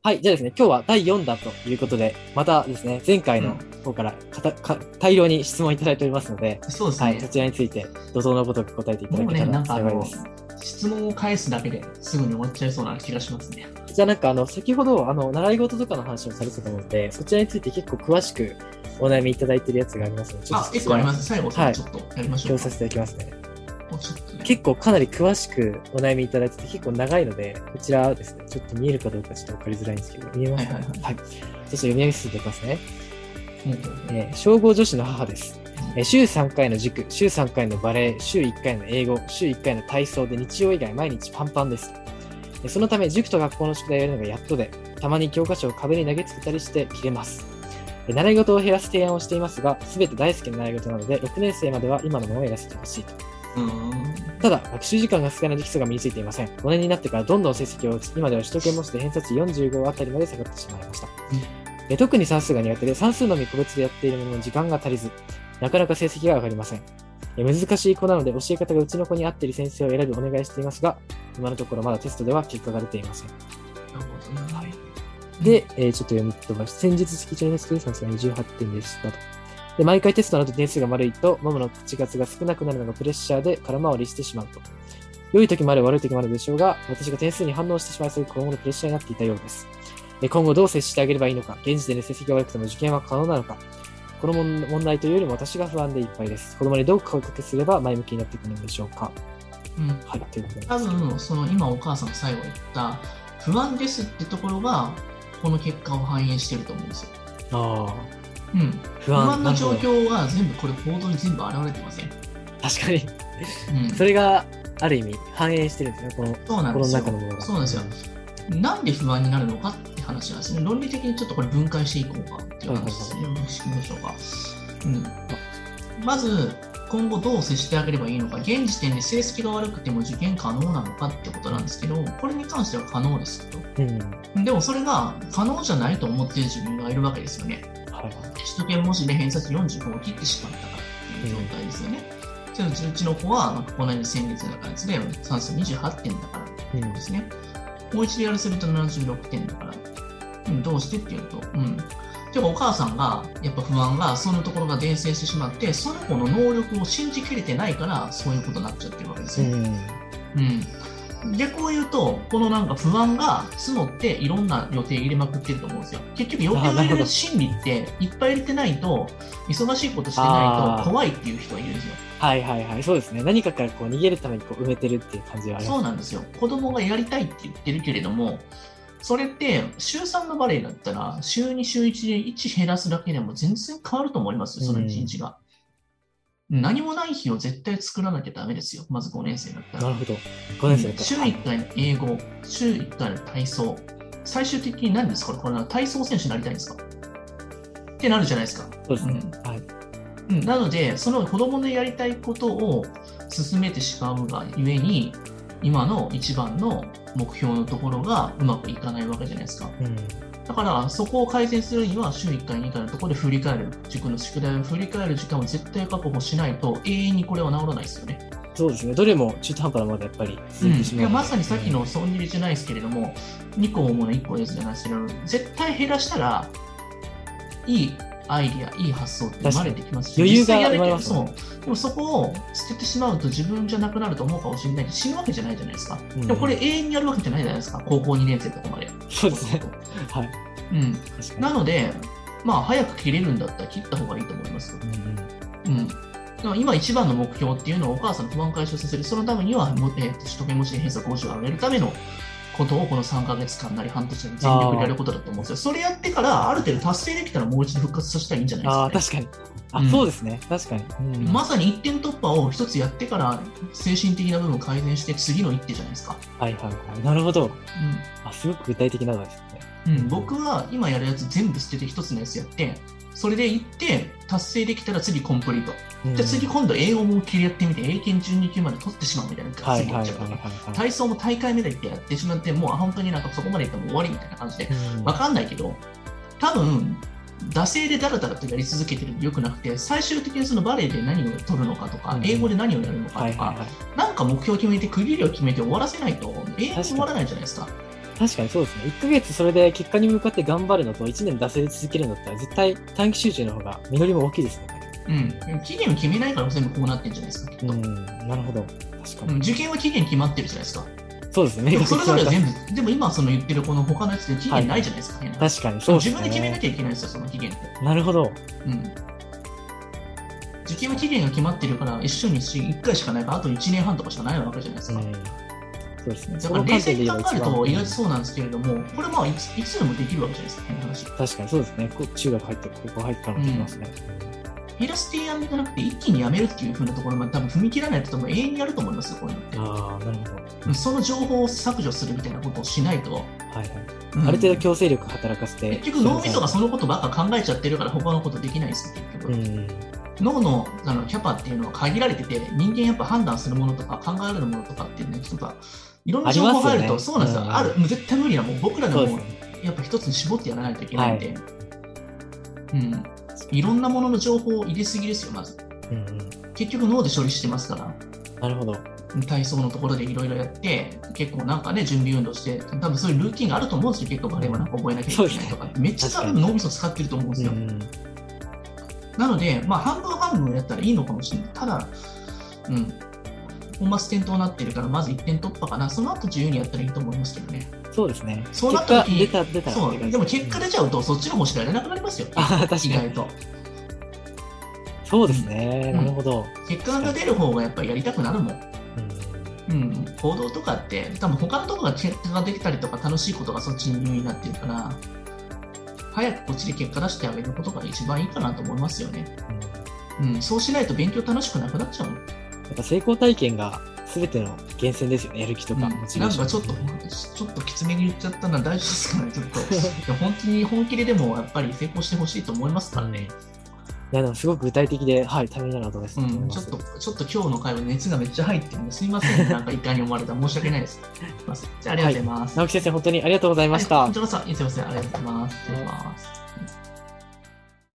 はい、じゃあですね、今日は第4弾ということで、またですね、前回の方から大量に質問いただいておりますので、 そうですね。 はい、そちらについて怒涛のごとく答えていただけたら幸いです。 質問を返すだけですぐに終わっちゃいそうな気がしますね。 じゃあ先ほど習い事とかの話をされてたと思うので、そちらについて結構詳しくお悩みいただいているやつがありますので、 ちょっと1個あります。最後、ちょっとやりましょう。 共有させていただきますね。結構かなり詳しくお悩みいただいてて結構長いので、こちらですね、ちょっと見えるかどうかちょっと分かりづらいんですけど、見えますかね。はい。そして読み上げさせていただきますね。小5女子の母です。週3回の塾、週3回のバレエ、週1回の英語、週1回の体操で日曜以外毎日パンパンです。そのため塾と学校の宿題をやるのがやっとで、たまに教科書を壁に投げつけたりして切れます。習い事を減らす提案をしていますが、すべて大好きな習い事なので、6年生までは今のままやらせてほしいと。ただ、学習時間が少ないので基礎が身についていません。5年になってからどんどん成績を落ち、今では首都圏模試で偏差値45あたりまで下がってしまいました。特に算数が苦手で、算数のみ個別でやっているものの時間が足りず、なかなか成績が上がりません。難しい子なので教え方がうちの子に合っている先生を選びお願いしていますが、今のところまだテストでは結果が出ていません。 なるほどね。はい。 で、ちょっと読み飛ばして、先日式中のテストで算数が28点でしたと。で、毎回テストの後点数が悪いと、ママの口数が少なくなるのがプレッシャーで空回りしてしまうと。良い時もある悪い時もあるでしょうが、私が点数に反応してしまいそういう今後のプレッシャーになっていたようです。今後どう接してあげればいいのか、現時点で成績が悪くても受験は可能なのか、この問題というよりも私が不安でいっぱいです。子供にどう声かけすれば前向きになっていくのでしょうか。 はい、ということで多分、今お母さんが最後言った不安ですってところが、この結果を反映してると思うんですよ。不安な状況は全部これ行動に全部現れてません。 確かに、それがある意味反映してるんですね、この心の中のものが。 そうなんですよ。なんで不安になるのかって話なんですね。論理的にちょっとこれ分解していこうかっていう話ですね。してみましょうか。まず、今後どう接してあげればいいのか、現時点で成績が悪くても受験可能なのかってことなんですけど、これに関しては可能ですと。でもそれが可能じゃないと思っている自分がいるわけですよね。首都圏模試で偏差値45を切ってしまったからっていう状態ですよね。うちの子は、この間先月のやつで算数28点だからってことですね。もう一度やらせると76点だから。どうしてっていうと、でもお母さんが、やっぱ不安が、そのところが伝染してしまって、その子の能力を信じきれてないから、そういうことになっちゃってるわけですよ。逆を言うと、このなんか不安が募っていろんな予定入れまくってると思うんですよ。結局予定を入れる心理っていっぱい入れてないと、忙しいことしてないと怖いっていう人がいるんですよ。 そうですね。何かからこう逃げるためにこう埋めてるっていう感じはあります。 そうなんですよ。子供がやりたいって言ってるけれども、それって週3のバレエだったら週2、週1で1減らすだけでも全然変わると思いますよ、その1日が。何もない日を絶対作らなきゃダメですよ。まず5年生だったら。 なるほど。5年生だったら。 週1回の英語、週1回の体操。最終的に何ですか？これ体操選手になりたいんですか？ってなるじゃないですか。 そうですね。 なので、その子供のやりたいことを進めてしまうがゆえに、今の一番の目標のところがうまくいかないわけじゃないですか。だからそこを改善するには週1回2回のところで振り返る、塾の宿題を振り返る時間を絶対確保しないと永遠にこれは治らないですよね。 そうですね。どれも中途半端なまでやっぱり続いてしまう。 まさにさっきの損切りじゃないですけれども、2個思うの1個ですじゃないですけど、絶対減らしたらいいアイディア、いい発想って生まれてきますし、 余裕が生まれますね。 でもそこを捨ててしまうと自分じゃなくなると思うかもしれないけど、死ぬわけじゃないじゃないですか。でもこれ永遠にやるわけじゃないじゃないですか、高校2年生とかまで。 そうですね。 なので、早く切れるんだったら切った方がいいと思いますよ。今一番の目標っていうのをお母さんの不安解消させる、そのためには、首都圏模試で偏差50を上げるためのことをこの3ヶ月間なり半年で全力でやることだと思うんですよ。それやってからある程度達成できたらもう一度復活させたらいいんじゃないですか、ね。 確かに。そうですね。確かに。 まさに一点突破を一つやってから精神的な部分を改善して次の一手じゃないですか。 なるほど。すごく具体的なのですね。僕は今やるやつ全部捨てて一つのやつやって、それでいって達成できたら次コンプリート。じゃあ次今度英語も思いっきりやってみて英検12級まで取ってしまうみたいな次行っちゃうとか、体操も大会目でやってしまってもう本当になんかそこまでいったらもう終わりみたいな感じで分かんないけど、多分惰性でだらだらとやり続けてるのよくなくて、最終的にそのバレエで何を取るのかとか、英語で何をやるのかとか、なんか目標を決めて区切りを決めて終わらせないと永遠に終わらないじゃないですか。 確かにそうですね。1ヶ月それで結果に向かって頑張るのと1年出せ続けるのだったら絶対短期集中の方が実りも大きいですよね。うん。期限を決めないから全部こうなってるんじゃないですか、きっと。 なるほど。確かに。 受験は期限決まってるじゃないですか。 そうですね。 でもそれぞれ全部、でも今その言ってるこの他のやつで期限ないじゃないですか。 確かにそうですね。 自分で決めなきゃいけないですよ、その期限って。 なるほど。 受験は期限が決まってるから一緒に1回しかないからあと1年半とかしかないわけじゃないですか。 そうですね。 だから冷静に考えると意外とそうなんですけれども、これいつでもできるわけじゃないですか、この話。 確かにそうですね。中学入って高校入ったのもできますね。 減らす提案じゃなくて一気にやめるっていう風なところまで多分踏み切らないと永遠にやると思いますよ、こういうのって。 ああ、なるほど。 その情報を削除するみたいなことをしないと。 ある程度強制力働かせて。 結局脳みそがそのことばっか考えちゃってるから他のことできないですよ、結局。脳のキャパっていうのは限られてて、人間やっぱ判断するものとか考えられるものとかっていうね、いろんな情報が入ると、そうなんですよ。絶対無理な、もう僕らでもやっぱ一つに絞ってやらないといけないんで。いろんなものの情報を入れすぎですよ、まず。結局脳で処理してますから。 なるほど。 体操のところでいろいろやって、結構なんかね、準備運動して、多分そういうルーティンがあると思うんですよ、結構バレーはなんか覚えなきゃいけないとか。めっちゃ脳みそ使ってると思うんですよ。なので、半分半分やったらいいのかもしれない。ただ、本末転倒になってるから、まず1点突破かな。その後自由にやったらいいと思いますけどね。 そうですね。 そうなった時、 そう。 でも結果出ちゃうと、そっちの方しかやれなくなりますよ。意外と。 そうですね。なるほど。 結果が出る方がやっぱりやりたくなるもん。行動とかって、多分他のところが結果ができたりとか、楽しいことがそっちに優位になってるから、早くこっちで結果出してあげることが一番いいかなと思いますよね。そうしないと勉強楽しくなくなっちゃう。 やっぱ成功体験が全ての源泉ですよね、やる気とか。 なんかちょっときつめに言っちゃったのは大丈夫ですかね、ちょっと。本当に本気ででもやっぱり成功してほしいと思いますからね。 いやでもすごく具体的で、ためになるアドバイスだと思います。 ちょっと今日の会話熱がめっちゃ入ってるんですいません、なんか一回に思われたら申し訳ないです。じゃあありがとうございます。 直木先生、本当にありがとうございました。 こちらこそ、すいません、ありがとうございます。失礼します。